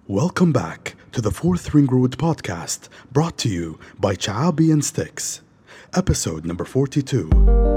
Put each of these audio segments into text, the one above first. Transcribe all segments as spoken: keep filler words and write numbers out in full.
Welcome back to the Fourth Ring Road podcast, brought to you by Chaabi and Sticks, episode number forty-two.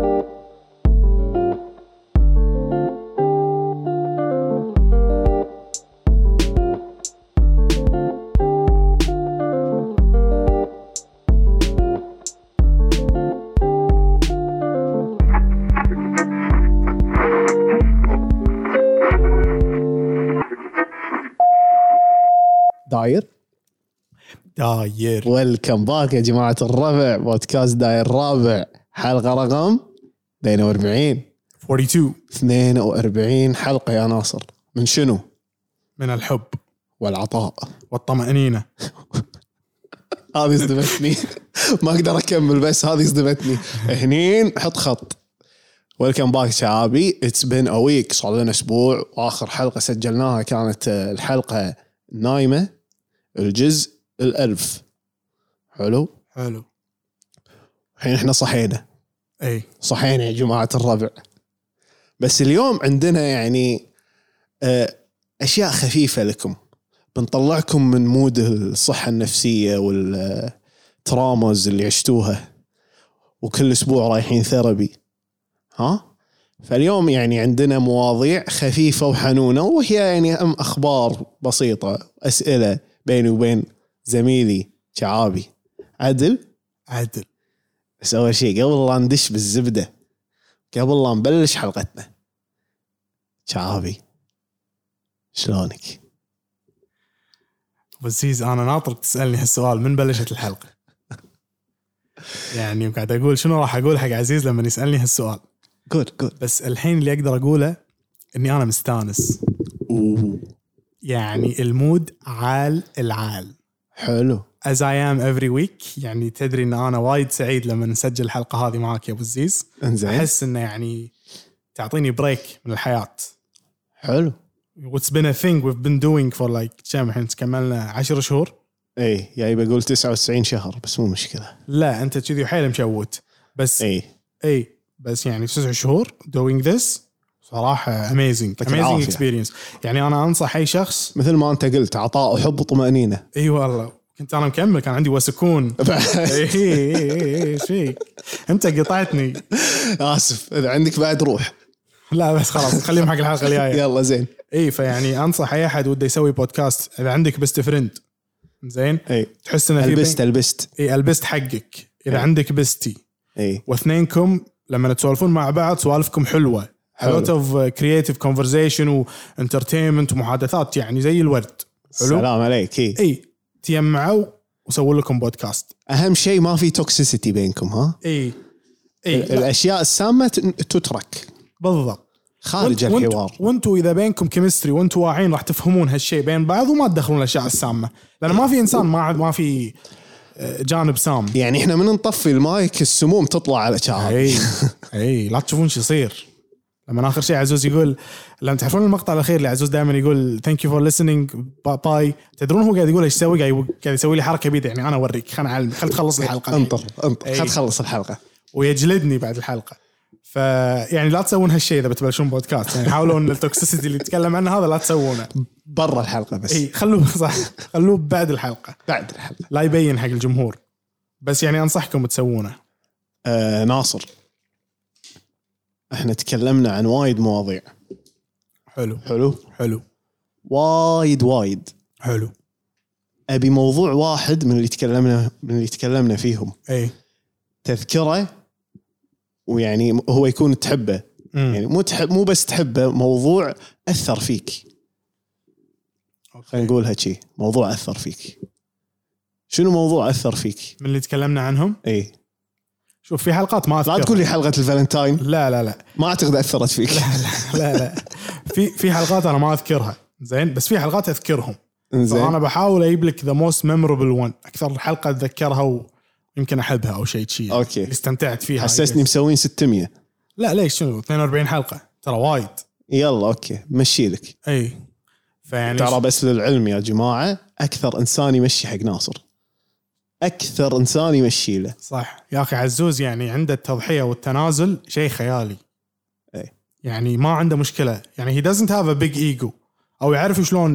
داير داير ويلكم باك يا جماعة الربع. بودكاست داير رابع، حلقة رقم اثنين وأربعين اثنين وأربعين حلقة يا ناصر. من شنو؟ من الحب والعطاء والطمأنينة. هذه صدمتني. ما أقدر أكمل بس هذه صدمتني. هنين حط خط. ويلكم باك شعابي. It's been a week، صار لنا أسبوع، وآخر حلقة سجلناها كانت الحلقة نايمة، الجزء الألف. حلو حلو. الحين احنا صحينا. اي صحينا يا جماعة الربع. بس اليوم عندنا يعني أشياء خفيفة لكم، بنطلعكم من مود الصحة النفسية والترامز اللي عشتوها، وكل أسبوع رايحين ثيرابي. ها فاليوم يعني عندنا مواضيع خفيفة وحنونة، وهي يعني أم أخبار بسيطة، أسئلة بيني وبين زميلي شعابي عدل. عدل بس أول شيء قبل لا ندش بالزبدة، قبل لا نبلش حلقتنا، شعابي شلونك؟ بزيز أنا ناطرك تسألني هالسؤال من بلشت الحلقة. يعني وقاعد أقول شنو راح أقول حق عزيز لما يسألني هالسؤال. good good. بس الحين اللي أقدر أقوله إني أنا مستانس. أوه. يعني المود عال العال. حلو. as I am every week. يعني تدري إن أنا وايد سعيد لما نسجل الحلقة هذه معك يا أبو الزيز. أحس إنه يعني تعطيني بريك من الحياة. حلو. What's been a thing we've been doing for like كم الحين كملنا عشر شهور. اي يعني بقول تسعة وتسعين شهر، بس مو مشكلة. لا أنت كذي حيل مشوت بس. اي اي بس يعني تسع شهور doing this صراحة amazing amazing experience. يعني أنا أنصح أي شخص مثل ما أنت قلت، عطاء وحب وطمأنينة. اي والله كنت أنا مكمل، كان عندي وسكون. اي ايش فيك أنت قطعتني. آسف إذا عندك بعد روح. لا بس خلاص خليهم حق الحلقة الجاية. يلا زين. اي فيعني أنصح أي أحد وده يسوي بودكاست، إذا عندك بست فريند زين اي تحس إنه في البست البست اي البست حقك. إذا أي. عندك بستي اي واثنينكم لما تسولفون مع بعض سوالفكم حلوة، a lot of creative conversation و entertainment ومحادثات يعني زي الورد. حلو. سلام عليك. اي اي تجمعوا وسووا لكم بودكاست. أهم شيء ما في توكسيسيتي بينكم. ها اي اي الأشياء السامة تترك بالضبط خارج وانت الحوار. وانتوا إذا بينكم كيمستري وانتوا واعين راح تفهمون هالشيء بين بعض، وما تدخلون الأشياء السامة، لأن ما في إنسان ما ما في جانب سام. يعني إحنا من نطفي المايك السموم تطلع على شعر. اي اي لا تشوفون شو يصير. لما آخر شيء عزوز يقول، لما تعرفون المقطع الأخير اللي عزوز دائما يقول thank you for listening باي، تدرون هو قاعد يقول ايش يسوي؟ قاعد يسوي لي حركة بيده. يعني أنا أوريك، خلنا أعلم، خل تخلص الحلقة. انطر انطر خل تخلص الحلقة. ويجلدني بعد الحلقة. فيعني لا تسوون هالشيء إذا بتبلشون بودكاست. يعني حاولوا إن التوكسيسيتي اللي تتكلم عنه هذا لا تسوونه برا الحلقة بس. اي خلوه صح، خلوه بعد الحلقة. بعد الحلقة لا يبين حق الجمهور، بس يعني أنصحكم تسوونه. آه ناصر، احنا تكلمنا عن وايد مواضيع. حلو حلو حلو وايد وايد حلو. أبي موضوع واحد من اللي تكلمنا من اللي تكلمنا فيهم اي تذكره، ويعني هو يكون تحبه. مم. يعني مو تحب مو بس تحبه، موضوع أثر فيك. خلينا نقولها شيء، موضوع أثر فيك. شنو موضوع أثر فيك من اللي تكلمنا عنهم؟ اي شوف في حلقات ما أذكرها. لا تقول لي حلقة الفالنتاين. لا لا لا ما أعتقد أثرت فيك. لا لا لا, لا. في في حلقات أنا ما أذكرها زين، بس في حلقات أذكرهم. فأنا بحاول أجيب لك the most memorable one، أكثر حلقة أتذكرها ويمكن أحبها أو شيء شيء. أوكي. استمتعت فيها. حسسني مسوين ستمية. لا ليش شنو اثنين وأربعين حلقة ترى وايد. يلا أوكي مشي لك. أي فيعني ترى بس للعلم يا جماعة، أكثر إنسان يمشي حق ناصر، أكثر إنسان يمشي له. صح يا أخي عزوز، يعني عنده التضحية والتنازل شيء خيالي. أي. يعني ما عنده مشكلة، يعني he doesn't have a big ego، أو يعرف شلون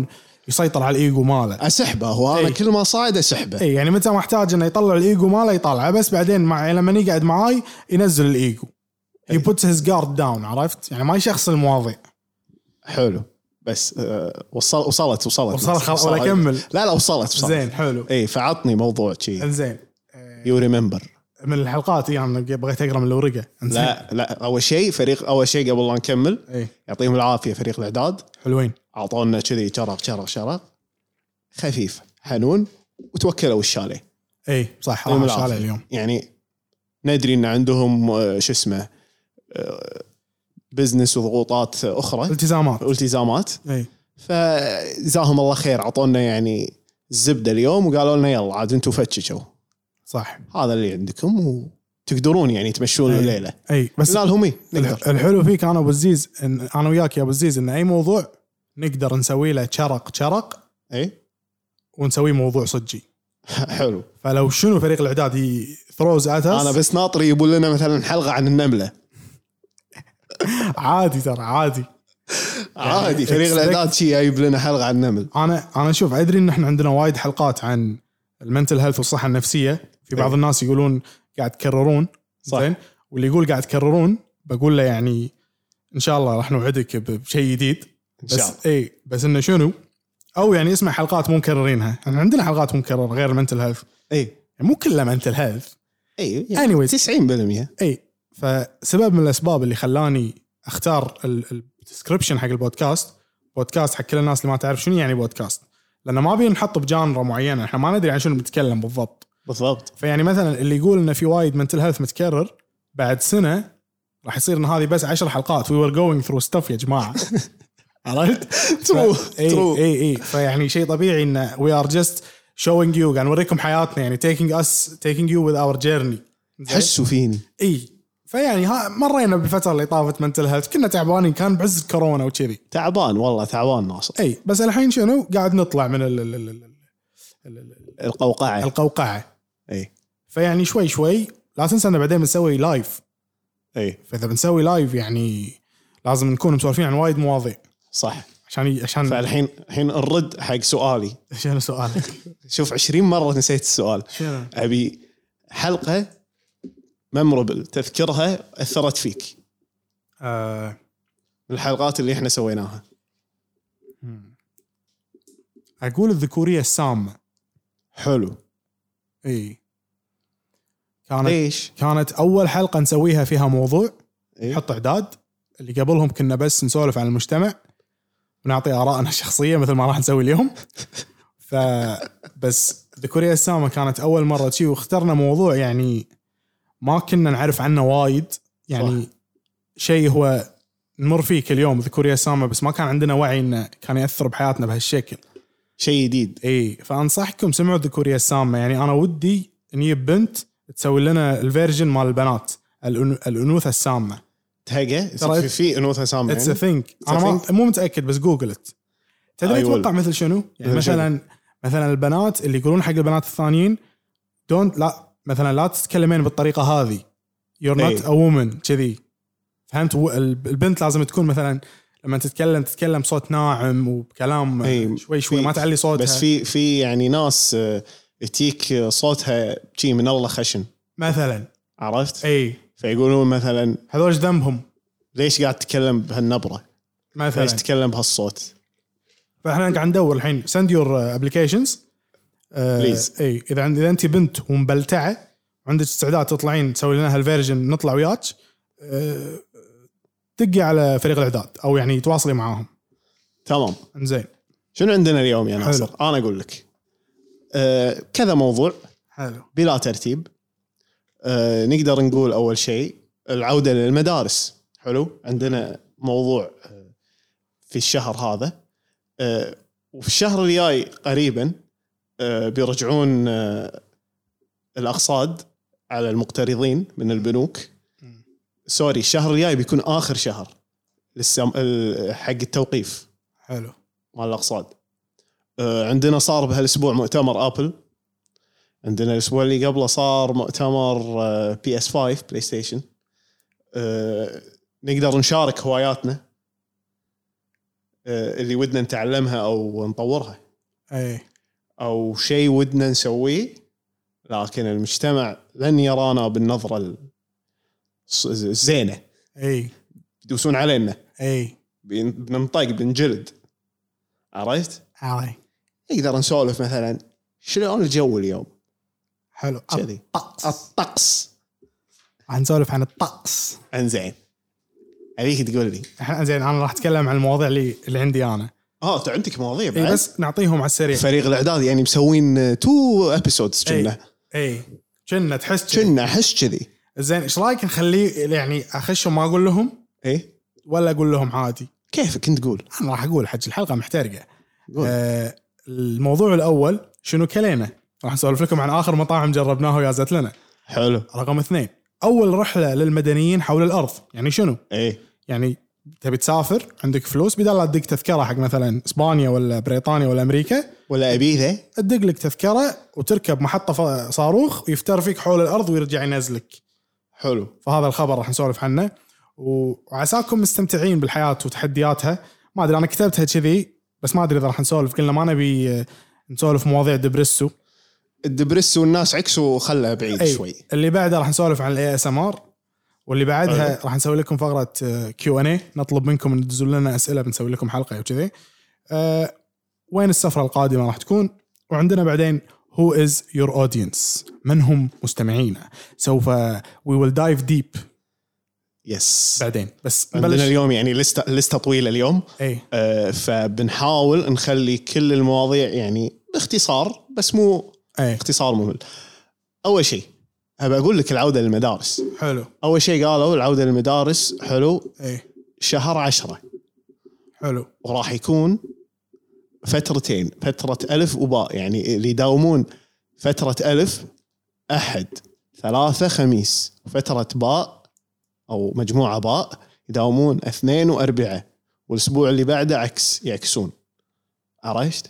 يسيطر على الايجو ماله. اسحبه هو انا أي. كل ما صاعد اسحبه. اي يعني متى ما احتاج انه يطلع الايجو ماله يطلعه، بس بعدين مع لما يقعد معاي ينزل الايجو. he puts his guard down. عرفت يعني ما يشخص المواضيع. حلو بس أه وصل وصلت وصلت وصل خلاص ولا كمل. لا لا وصلت وصلت زين حلو. اي فعطني موضوع شيء زين يو ريمبر من الحلقات يعني بغيت اقرا من الورقه. لا لا اول شيء فريق اول شيء قبل لا نكمل اي يعطيهم العافيه فريق الاعداد حلوين اعطونا كذي شرق شرق شرق خفيف حنون وتوكلوا الشاليه. اي صح يوم راح العافية. الشاليه اليوم يعني ندري ان عندهم آه، شو اسمه آه، بزنس وضغوطات اخرى التزامات. والتزامات اي فجزاهم الله خير عطونا يعني الزبده اليوم وقالوا لنا يلا عاد انتم فتشوا صح. هذا اللي عندكم وتقدرون يعني تمشون أي. الليله. اي بس لا لهم ايه نقدر. الحلو فيك انا ابو الزيز إن انا وياك يا ابو الزيز ان اي موضوع نقدر نسوي له شرق شرق اي ونسويه موضوع صجي. حلو. فلو شنو فريق الاعداد ثروز اتس انا بس ناطر يجيبون لنا مثلا حلقه عن النمله عادي ترى عادي عادي فريق expect- الاعداد شيء جايب لنا حلقه عن النمل. انا انا شوف ادري ان احنا عندنا وايد حلقات عن المنتل هيلث والصحه النفسيه. في بعض إيه. الناس يقولون قاعد تكررون صح. زين واللي يقول قاعد تكررون بقول له يعني ان شاء الله راح نوعدك بشيء جديد. إن شاء بس الله. اي بس انه شنو او يعني اسمع حلقات مو مكررينها. احنا عندنا حلقات مكرره غير المنتل هيلث اي يعني مو كلها منتل هيلث. اي Anyways. تسعين بالمية. اي فسبب من الاسباب اللي خلاني اختار الديسكربشن حق البودكاست بودكاست حق كل الناس اللي ما تعرف شنو يعني بودكاست، لانه ما بين نحط بجانرا معينه احنا ما ندري عن شنو بنتكلم بالضبط. بالضبط. فيعني مثلا اللي يقول انه في وايد منتل هيلث متكرر بعد سنه راح يصير ان هذه بس عشر حلقات we were going through stuff يا جماعه. عرفت؟ True, اي true. اي اي فيعني شيء طبيعي ان we are just showing you قاعد نوريكم حياتنا يعني taking us taking you with our journey. حسوا فيني. اي فيعني ها مرينا بالفتره اللي طافت منتل هيلث كنا تعبانين كان بعز الكورونا وكذي. تعبان والله تعبان ناصر. اي بس الحين شنو قاعد نطلع من ال ال ال ال ال القوقعه. القوقعه. اي فيعني شوي شوي لا تنسى ان بعدين بنسوي لايف. اي فاذا بنسوي لايف يعني لازم نكون مسولفين عن وايد مواضيع صح. عشان عشان فالحين الحين نرد حق سؤالي. شنو سؤالك؟ شوف عشرين مرة نسيت السؤال. شنو؟ أبي حلقة ممربل تذكرها أثرت فيك آه من الحلقات اللي احنا سويناها. اقول الذكوريه السامه. حلو. اي كانت ليش؟ كانت اول حلقه نسويها فيها موضوع إيه؟ نحط اعداد. اللي قبلهم كنا بس نسولف عن المجتمع ونعطي آرائنا الشخصية مثل ما راح نسوي اليوم. فبس ذكورية السامة كانت أول مرة شيء واخترنا موضوع يعني ما كنا نعرف عنه وايد يعني صح. شيء هو نمر فيه كل يوم ذكورية السامة بس ما كان عندنا وعي إنه كان يأثر بحياتنا بهالشكل. شيء جديد. إيه فأنصحكم سمعوا الذكورية السامة. يعني أنا ودي نجيب بنت تسوي لنا الفيرجن مال البنات الأنو- الأنوثة السامة. تهجى ترى في, في انوثه سامه اتس ا يعني. ثينك. انا ما مو متاكد بس جوجلت. تدري I will. اتوقع مثل شنو يعني مثل مثلا مثلا البنات اللي يقولون حق البنات الثانيين دونت لا مثلا لا تتكلمين بالطريقه هذه you're not أي. a woman كذي فهمت. و- البنت لازم تكون مثلا لما تتكلم تتكلم صوت ناعم وبكلام أي. شوي شوي في- ما تعلي صوتها. بس في في يعني ناس آه، تيك صوتها شيء من الله خشن مثلا عرفت. اي فيقولون مثلا هذول ايش ذنبهم ليش قاعد تتكلم بهالنبره؟ مثلا. ليش تتكلم بهالصوت؟ فاحنا قاعد ندور الحين send your applications Please. اي اذا عند اذا انت بنت ومبلتعه عندك استعداد تطلعين تسوي لنا هالفيرجن نطلع وياك أه دقي على فريق الاعداد او يعني تواصلي معاهم. تمام. انزين شنو عندنا اليوم يا ناصر؟ حلو. انا اقول لك أه كذا موضوع حلو بلا ترتيب. أه نقدر نقول اول شيء العوده للمدارس. حلو. عندنا موضوع أه في الشهر هذا أه وفي الشهر الجاي قريبا أه بيرجعون أه الاقساط على المقترضين من البنوك. سوري الشهر الجاي بيكون اخر شهر للسم... ال- حق التوقيف حلو مال الاقساط. أه عندنا صار بهالاسبوع مؤتمر ابل. عندنا الاسبوع اللي قبله صار مؤتمر أه بي اس خمسة بلاي ستيشن. أه نقدر نشارك هواياتنا أه اللي ودنا نتعلمها او نطورها. اي او شيء ودنا نسويه لكن المجتمع لن يرانا بالنظرة الزينة، اي يدوسون علينا، اي بننطق بنجلد. عرفت؟ اي نقدر نسولف مثلا شلون الجو اليوم، حلو كذي الطقس الطقس هنسولف عن الطقس. انزين ابيك تقول لي. احنا زين انا راح اتكلم عن المواضيع اللي اللي عندي انا. اه انت عندك مواضيع بعد؟ اي بس نعطيهم على السريع. فريق الاعداد يعني مسوين تو ابيسودز كنا اي كنا تحس كنا احس كذي. زين ايش رايك نخليه يعني اخشهم ما اقول لهم ايه ولا اقول لهم عادي؟ كيفك انت تقول. انا راح اقول حج الحلقه محترقه. آه الموضوع الاول شنو كلينا، راح نسولف لكم عن اخر مطاعم جربناها ويازت لنا. حلو. رقم اثنين اول رحله للمدنيين حول الارض. يعني شنو؟ ايه يعني تبي تسافر عندك فلوس بدل لا تدق تذكره حق مثلا اسبانيا ولا بريطانيا ولا امريكا ولا ابيذا، تدق لك تذكره وتركب محطه صاروخ ويفتر فيك حول الارض ويرجع ينزلك. حلو. فهذا الخبر راح نسولف عنه وعساكم مستمتعين بالحياه وتحدياتها. ما ادري انا كتبتها كذي بس ما ادري اذا راح نسولف، قلنا ما نبي نسولف مواضيع دبرسو الدبرسو والناس عكسوا خلها بعيد أي. شوي. اللي بعده راح نسولف عن الاي اس ام ار، واللي بعدها أيوة. راح نسوي لكم فقره كيو ان اي، نطلب منكم ان تدزوا لنا اسئله بنسوي لكم حلقه وكذي. أه وين السفره القادمه راح تكون، وعندنا بعدين who is your audience، من هم مستمعينا. سوف we will dive deep يس بعدين. بس عندنا نبلش. اليوم يعني لسته لسته طويله اليوم. اي آه فبنحاول نخلي كل المواضيع يعني باختصار بس مو اي اختصار ممل. اول شيء ابى اقول لك العوده للمدارس. حلو. اول شيء قالوا العوده للمدارس حلو اي شهر عشرة، حلو. وراح يكون فترتين، فتره الف وباء، يعني اللي يداومون فتره الف احد ثلاثة خميس، وفتره باء او مجموعه باء يداومون اثنين واربعة، والاسبوع اللي بعده عكس يعكسون. عرفت؟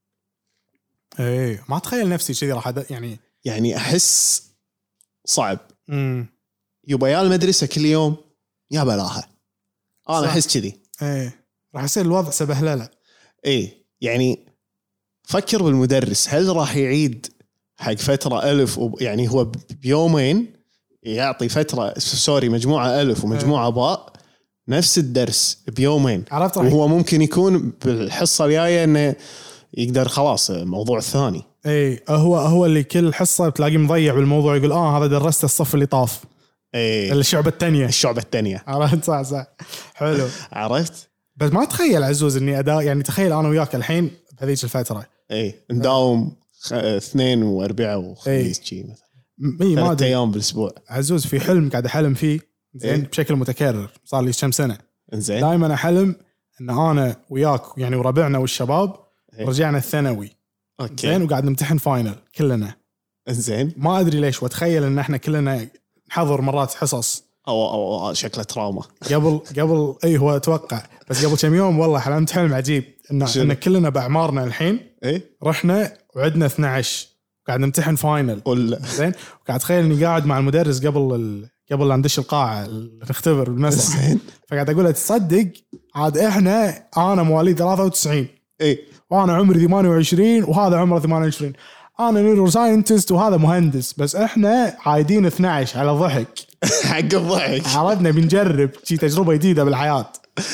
اي ما اتخيل نفسي كذي راح أد... يعني يعني احس صعب. امم يبا يا المدرسه كل يوم يا بلاها، انا صح. احس كذي. اي راح يصير الوضع سبهلله. ايه يعني فكر بالمدرس، هل راح يعيد حق فتره الف وب... يعني هو بيومين يعطي فتره سوري مجموعه الف ومجموعه باء نفس الدرس بيومين، عرفت؟ راح وهو ممكن يكون بالحصه الجايه انه يقدر خلاص الموضوع الثاني. اي هو هو اللي كل حصه تلاقيه مضيع بالموضوع، يقول اه هذا درست الصف اللي طاف. ايه الشعبه الثانيه. الشعبة الثانية. عرفت؟ صح صح. حلو. عرفت؟ بس ما اتخيل عزوز اني اداء، يعني تخيل انا وياك الحين بهذيك الفتره ايه نداوم خ... اثنين واربعة وخميس شيء مثلا م- اي ما ثلاث ادري. ايام بالاسبوع. عزوز في حلم قاعد احلم فيه زين إيه؟ بشكل متكرر صار لي كم سنه. انزين. دائما احلم ان انا وياك يعني وربعنا والشباب إيه؟ رجعنا الثانوي اوكي. زين وقاعد نمتحن فاينل كلنا. انزين. ما ادري ليش واتخيل ان احنا كلنا نحضر مرات حصص او او شكله تراما. قبل قبل اي هو اتوقع بس قبل كم يوم والله حلمت حلم عجيب ان شنو؟ ان كلنا باعمارنا الحين ايه رحنا وعدنا اثنا عشر قاعد نمتحن فاينل ولا زين، وقاعد اتخيل اني قاعد مع المدرس قبل ال... قبل لا ندش القاعه اللي نختبر بالمسرح. زين. فقاعد اقول له تصدق عاد احنا انا مواليد ثلاثة وتسعين ايه وانا عمري ثمانية وعشرين وهذا عمره ثمانية وعشرين، انا نيرو ساينتست وهذا مهندس، بس احنا عايدين اثنا عشر على ضحك. حق الضحك. عرضنا بنجرب شي تجربه جديده بالحياه.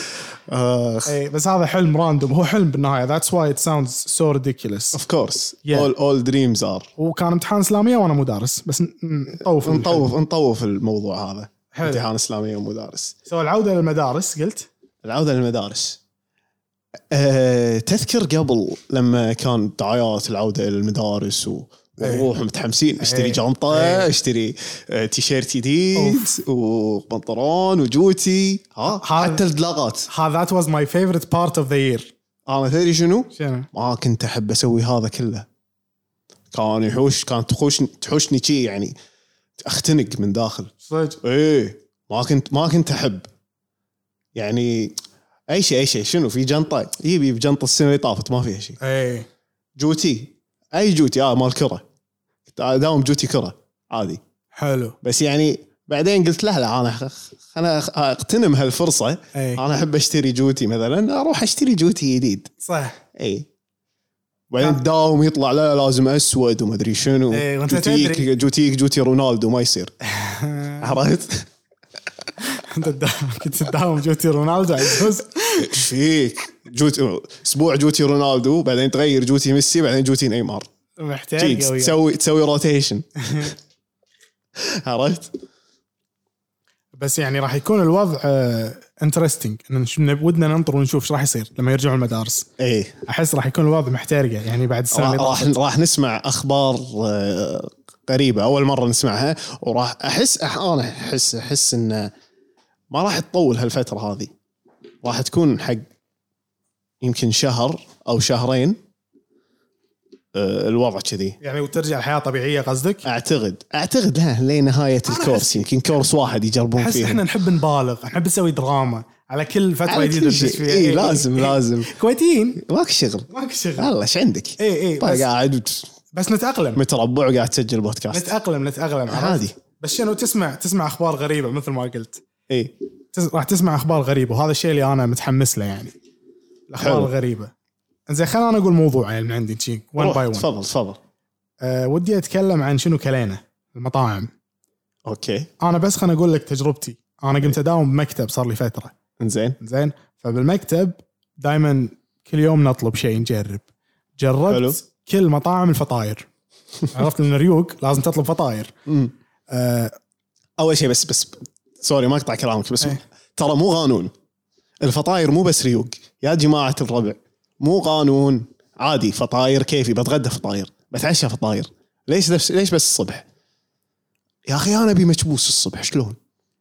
اخ اي بس هذا حلم راندوم، هو حلم بالنهايه. that's why it sounds so ridiculous. اوف كورس Yeah. all all dreams are. وكان امتحان اسلاميه وانا مدرس بس ن- نطوف نطوف نطوف الموضوع هذا. حلو. امتحان اسلامي ومدارس. سو العوده للمدارس قلت العوده للمدارس. أه تذكر قبل لما كان دعايات العوده الى المدارس و ونروح متحمسين اشتري إيه. جنطه إيه. اشتري آه، تيشيرت جديد وبنطلون وجوتي ها هذا- حتى الدلاغات. هذا that was my favorite part of the year. انا تدري شنو شنو؟ ما كنت احب اسوي هذا كله، كان يحوش كانت تحوش تحوشني شيء يعني اختنق من داخل. صدق ايه ما كنت ما كنت احب يعني اي شيء اي شيء شنو في جنطه يبي بجنطه السنه اللي طافت ما فيها شيء. اي جوتي اي جوتي اه مال كره داوم جوتي كره عادي. حلو. بس يعني بعدين قلت له لا انا انا اغتنم اي انا احب اشتري جوتي مثلا اروح اشتري جوتي جديد. صح. اي وبعدين داوم يطلع لا لازم اسود وما ادري شنو. إيه، وأنت جوتيك تدري. جوتيك جوتي رونالدو ما يصير. عرفت؟ انت تداوم كنت تداوم جوتي رونالدو عزوز. ايش فيك؟ جوتي اسبوع جوتي رونالدو، بعدين تغير جوتي ميسي، بعدين جوتي نيمار. محتاج قوي. تسوي تسوي روتيشن. عرفت؟ بس يعني راح يكون الوضع انترستينج ان نب- ودنا ننطر ونشوف ايش راح يصير لما يرجعوا المدارس. ايه احس راح يكون الوضع محترقه يعني بعد السنه اللي راح طافت. راح نسمع اخبار آه، قريبه اول مره نسمعها، وراح احس أح- انا احس احس ان ما راح تطول هالفتره هذه، راح تكون حق يمكن شهر او شهرين. آه، الوضع كذي يعني وترجع الحياه طبيعيه قصدك؟ اعتقد اعتقد لا لنهايه الكورس، يمكن كورس واحد يجربون احس فيه. احنا نحب نبالغ، نحب نسوي دراما على كل فتره على كل جديده شيء. ندش فيها. إيه، لازم- لازم. كويتيين ماك شغل ماك شغل. والله ايش عندك؟ اي اي طيب بس, قاعد بس نتاقلم متربع وقاعد تسجل بودكاست. نتاقلم نتاقلم عرفت؟ عادي. بس شنو تسمع تسمع اخبار غريبه مثل ما قلت. اي تس... راح تسمع اخبار غريبه، وهذا الشيء اللي انا متحمس له يعني الاخبار حلو. الغريبه. انزين خلينا انا اقول موضوع يعني من عندي شيء وان باي وان. تفضل تفضل. أه ودي اتكلم عن شنو كلينا المطاعم. اوكي انا بس خليني اقول لك تجربتي. انا قمت اداوم بمكتب صار لي فتره انزين زين، فبالمكتب دائما كل يوم نطلب شيء نجرب. جربت حلو. كل مطاعم الفطاير. عرفت ان الريوق لازم تطلب فطاير. امم أه اول شيء بس بس سوري ما اقطع كلامك بس إيه. ترى مو قانون الفطاير، مو بس ريوق يا جماعه الربع، مو قانون. عادي فطاير كيفي، بتغدى فطاير، بتعشى فطاير. ليش نفس ليش بس الصبح يا اخي؟ انا ابي مكبوس الصبح شلون؟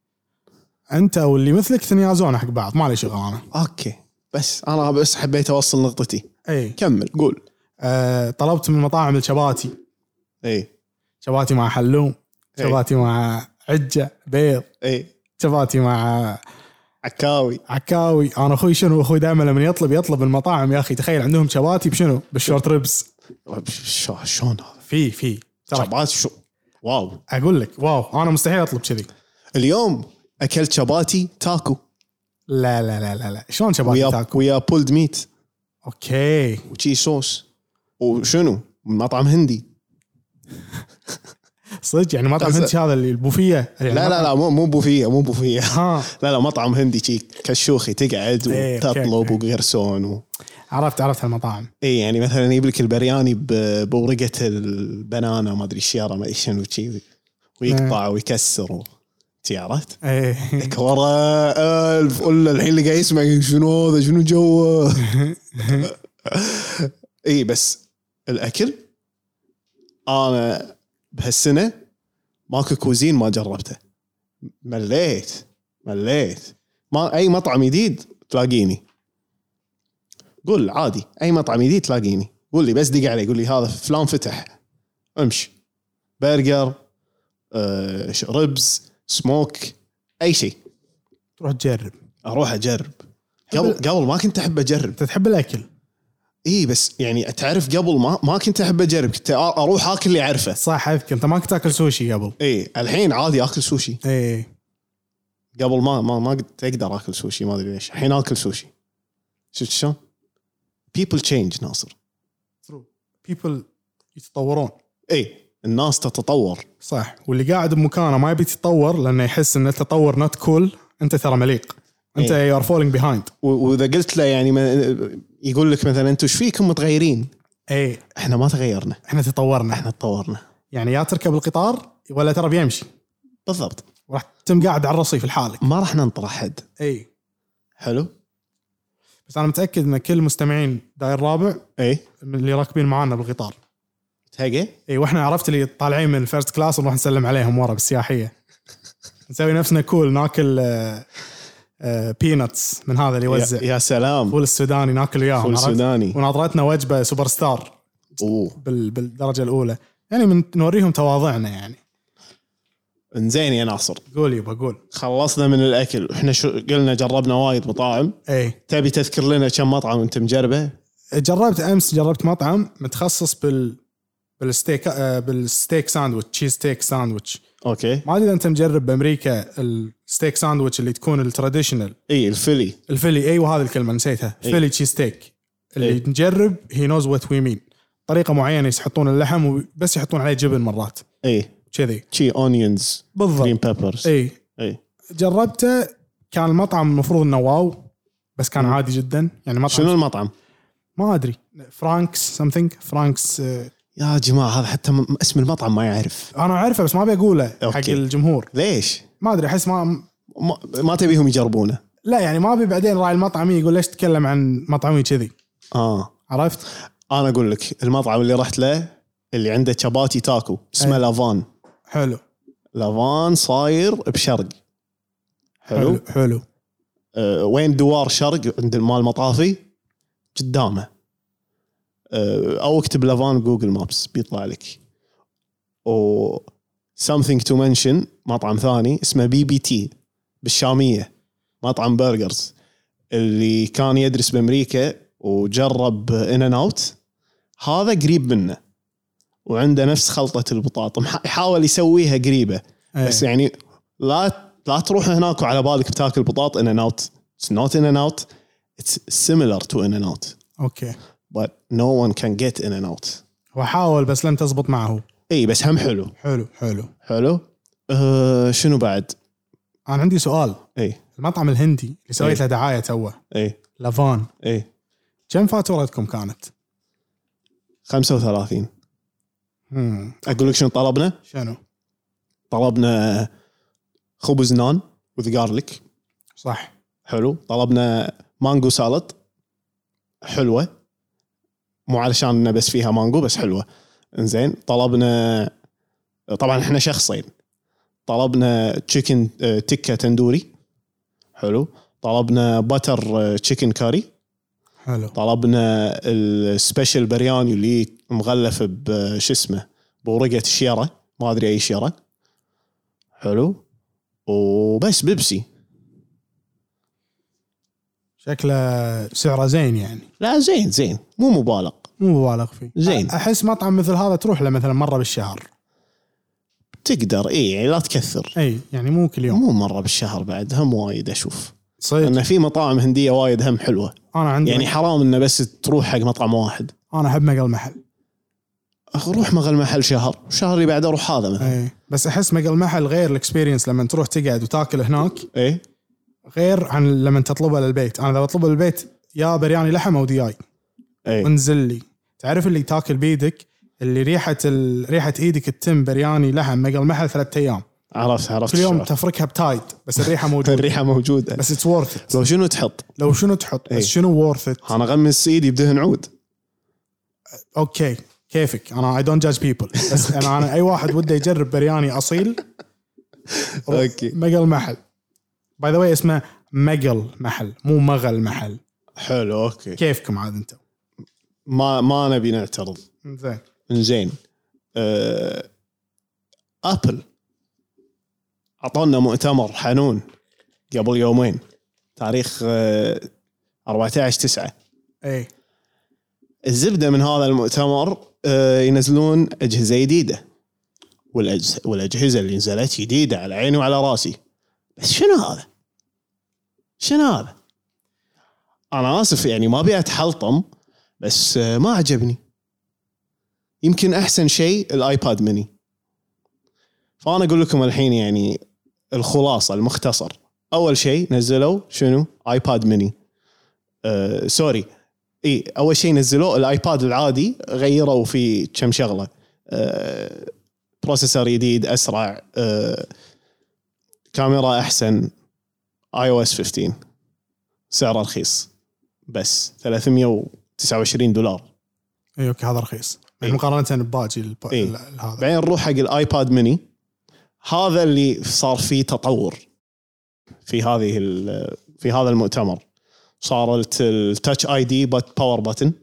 انت واللي مثلك تنيازون حق بعض، ما لي شغل انا. اوكي بس انا بس حبيت اوصل نقطتي. اي كمل قول. أه طلبت من مطاعم الشباتي، اي شباتي مع حلوم، إيه. شباتي مع عجة بيض، اي شباتي مع عكاوي. عكاوي. انا اخوي شنو اخوي دائما لما يطلب يطلب المطاعم يا اخي تخيل عندهم شباتي بشنو بالشورت ريبس. شو شلون هذا؟ في في ترى شبات شو واو. اقول لك واو انا مستحيل اطلب كذي. اليوم اكلت شباتي تاكو لا لا لا لا لا شلون شباتي ويا تاكو؟ ويا بولد ميت اوكي وشي صوص وشنو من مطعم هندي. صدق يعني مطعم بس- هندي هذا اللي البوفيه يعني لا لا لا مو مو بوفيه مو بوفيه. ها لا لا مطعم هندي شي كشوخي تقعد إيه، أوكي، وتطلب أوكي. وقرصون و... عرفت عرفت هالمطاعم. اي يعني مثلا يجيب لك البرياني ب- بورقه البنانا ما ادري الشياره ما ادري شنو شي ويقطع ويكسر و... شي عرفت؟ ايه لك ورا الف ولا الحين اللي قاعد يسمع شنو هذا شنو جوه. اي بس الاكل انا بهالسنه ماكو كوزين ما جربته، مليت مليت. ما اي مطعم جديد تلاقيني، قول عادي اي مطعم جديد تلاقيني، قول لي بس دق علي قول لي هذا فلان فتح امشي. برجر آه، ربز سموك اي شيء تروح تجرب. اروح اجرب. قبل قبل ما كنت احب اجرب. انت تحب الاكل؟ اي بس يعني تعرف قبل ما ما كنت احب اجرب، كنت اروح اكل اللي اعرفه. صح اذكر انت ما كنت تاكل سوشي قبل. اي الحين عادي اكل سوشي. ايه قبل ما ما ما كنت اقدر اكل سوشي ما ادري ليش، الحين اكل سوشي. شفت شلون؟ people change ناصر. people يتطورون. اي الناس تتطور. صح، واللي قاعد بمكانه ما يبي يتطور لانه يحس ان التطور نوت كول. انت ترى مليق، انت إيه. you are falling behind. و- واذا قلت له يعني ما يقول لك مثلا انتم ايش فيكم متغيرين؟ ايه احنا ما تغيرنا، احنا تطورنا. احنا تطورنا. يعني يا تركب القطار ولا ترى بيمشي بالضبط، وراح تم قاعد على الرصيف لحالك. ما راح ننطر احد. اي حلو. بس انا متاكد ان كل مستمعين داير الرابع اي من اللي راكبين معانا بالقطار. تهقى اي واحنا عرفت اللي طالعين من الفيرست كلاس ونروح نسلم عليهم ورا بالسياحيه. نسوي نفسنا كول ناكل آه آه بيناتس من هذا اللي يوزع يا, يا سلام. فول السوداني ناكل وياهم. فول عرفت؟ سوداني. وناظرتنا وجبه سوبر ستار اوه بال بالدرجه الاولى، يعني من نوريهم تواضعنا يعني. انزين يا ناصر، قول يبا قول. خلصنا من الاكل. احنا شو قلنا جربنا وايد مطاعم. اي تبي تذكر لنا كم مطعم انت مجربه؟ جربت امس جربت مطعم متخصص بال بالستيك آه بالستيك ساندويتش، تشيز ستيك ساندويتش. اوكي. ما ادري اذا انت مجرب بامريكا الستيك ساندويتش اللي تكون التراديشنال اي الفيلي. الفيلي. ايوه هذه الكلمه نسيتها. إيه. فيلي تشيز ستيك اللي إيه. نجرب هي نوز وات وي مين. طريقه معينه يحطون اللحم وبس يحطون عليه جبن مرات اي كذي شي اونيونز بالضبط جرين بيبرز. اي اي جربته كان المطعم المفروض انه واو بس كان م. عادي جدا يعني مطعم شنو المطعم ما ادري فرانكس سمثينج فرانكس يا جماعه هذا حتى م- اسم المطعم ما يعرف. انا عارفه بس ما ابي اقوله حق الجمهور. ليش ما ادري احس ما ما, ما تبيهم يجربونه. لا يعني ما ابي بعدين راعي المطعم يقول ليش تتكلم عن مطعمي كذي. اه عرفت. انا اقول لك المطعم اللي رحت له اللي عنده شباتي تاكو اسمه لافان. حلو لافان صاير بشرق. حلو حلو, حلو. أه وين دوار شرق عند المال مطافي قدامه. أه او اكتب لافان جوجل مابس بيطلع لك. و something to mention مطعم ثاني اسمه بي بي تي بالشامية مطعم برجرز اللي كان يدرس بأمريكا وجرب إن أند أوت هذا قريب منه وعنده نفس خلطة البطاطا يحاول يسويها قريبة أيه. بس يعني لا لا تروح هناك وعلى بالك بتاكل بطاطا إن أند أوت. It's not In and Out. It's similar to In and Out. Okay. But no one can get In and Out. وحاول بس لم تزبط معه. اي بس هم حلو. حلو حلو حلو. أه شنو بعد؟ انا عندي سؤال. اي المطعم الهندي اللي سويت له دعايه توه. اي لافان. اي كم فاتورتكم كانت؟ خمسة وثلاثين. امم اقول لك شنو طلبنا؟ شنو؟ طلبنا خبز نان with garlic. صح. حلو. طلبنا مانجو سالاد حلوه مو علشان بس فيها مانجو بس حلوه. انزين طلبنا طبعا احنا شخصين طلبنا تشيكن تكه تندوري. حلو. طلبنا باتر تشيكن كاري. حلو. طلبنا السبيشل برياني اللي مغلف بش اسمه بورقه الشيره ما ادري اي شيره. حلو. وبس بيبسي. شكله سعره زين يعني. لا زين زين مو مبالغ مو مبالغ فيه زين. احس مطعم مثل هذا تروح له مثلا مره بالشهر تقدر ايه يعني لا تكثر. اي يعني مو كل يوم مو مره بالشهر بعد هم وايد اشوف صحيح ان في مطاعم هنديه وايد هم حلوه. انا عندي يعني حرام انه بس تروح حق مطعم واحد. انا احب مقل محل. اروح مقل محل شهر شهر اللي بعده اروح هذا مثلا. اي بس احس مقل محل غير الاكسبيرينس لما تروح تقعد وتاكل هناك. اي غير عن لما تطلبه للبيت. انا اذا بطلبه للبيت يا برياني لحم او دياي اي انزل لي تعرف اللي تاكل بيدك اللي ريحه ال... ريحه ايدك التم برياني لحم مقل محل ثلاثة ايام. عرفت عرفت كل يوم تفركها بتايد بس الريحه موجوده. الريحه موجوده بس اتس وورث ات. لو شنو تحط لو شنو تحط بس شنو وورث ات. انا غمس ايدي بدهن عود. اوكي كيفك. انا اي دونت جادج بيبل بس انا انا اي واحد وده يجرب برياني اصيل. اوكي مقل محل باي ذا واي اسمه مقل محل مو مغل محل. حلو اوكي كيفكم عاد انتم؟ ما ما نبي نعترض. زين زين. أه... ابل اعطونا مؤتمر حنون قبل يومين تاريخ أه... أربعة عشر تسعة. اي الزبده من هذا المؤتمر أه... ينزلون اجهزه جديده والأجهزة... والاجهزه اللي نزلت جديده على عيني وعلى راسي. بس شنو هذا شنو هذا؟ انا اسف يعني ما ابي اتحلطم بس ما عجبني. يمكن احسن شيء الايباد ميني. فانا اقول لكم الحين يعني الخلاصه المختصر. اول شيء نزلوا شنو ايباد ميني. أه سوري اي اول شيء نزلوا الايباد العادي غيروا فيه كم شغله. أه بروسيسور جديد اسرع. أه كاميرا احسن. اي او اس خمسة عشر سعره رخيص بس ثلاثمية وتسعة وعشرين دولار. اي اوكي هذا رخيص إيه. مقارنه بباقي الب... إيه. هذا. بعدين نروح حق الايباد ميني. هذا اللي صار فيه تطور في هذه في هذا المؤتمر. صارت التاتش اي دي بات باور باتن.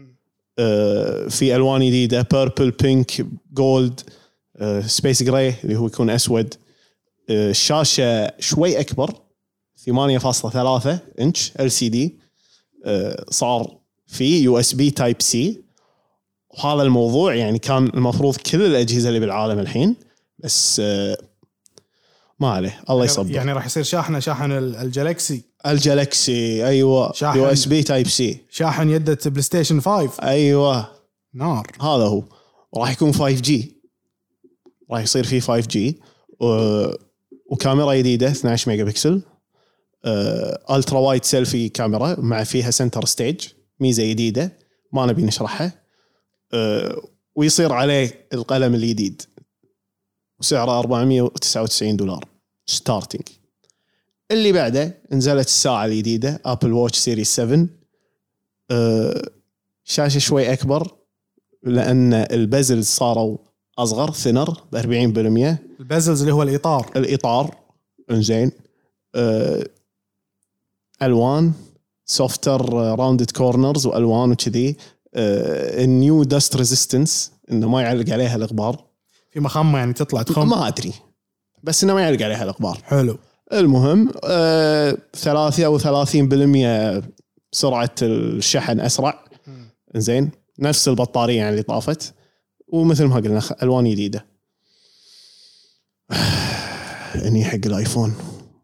في الوان جديده بيربل بينك جولد سبيس جراي اللي هو يكون اسود. الشاشه شوي اكبر ثمانية فاصلة ثلاثة انش ال سي دي. صار في يو اس بي تايب سي. وهذا الموضوع يعني كان المفروض كل الاجهزه اللي بالعالم الحين بس ما عليه الله يصبر. يعني راح يصير شاحنه شاحن الجالكسي الجالكسي ايوه يو اس بي تايب سي. شاحن يده بلاي ستيشن خمسة ايوه نار. هذا هو. راح يكون فايف جي، راح يصير فيه فايف جي و... وكاميرا جديدة اثنا عشر ميجا بكسل، الترا وايد سيلفي كاميرا مع فيها سنتر ستيج، ميزة جديدة ما نبي نشرحها. أه ويصير عليه القلم الجديد وسعره أربعمية وتسعة وتسعين دولار ستارتنج. اللي بعده نزلت الساعة الجديدة ابل واتش سيريز سبعة، أه شاشة شوي أكبر لأن البازلز صاروا أصغر، ثنر بأربعين بالمية. البازلز اللي هو الإطار الإطار إنزين. أه ألوان سوفتر راوندد كورنرز وألوان وكذي. أه النيو داست ريزيستنس إنه ما يعلق عليها الغبار، في مخمة يعني تطلع تخم، ما أدري بس إنه ما يعلق عليها الغبار. حلو. المهم أه ثلاثة أو ثلاثين بالمية سرعة الشحن أسرع. إنزين نفس البطارية يعني اللي طافت، ومثل ما قلنا ألوان جديدة. إني حق الآيفون.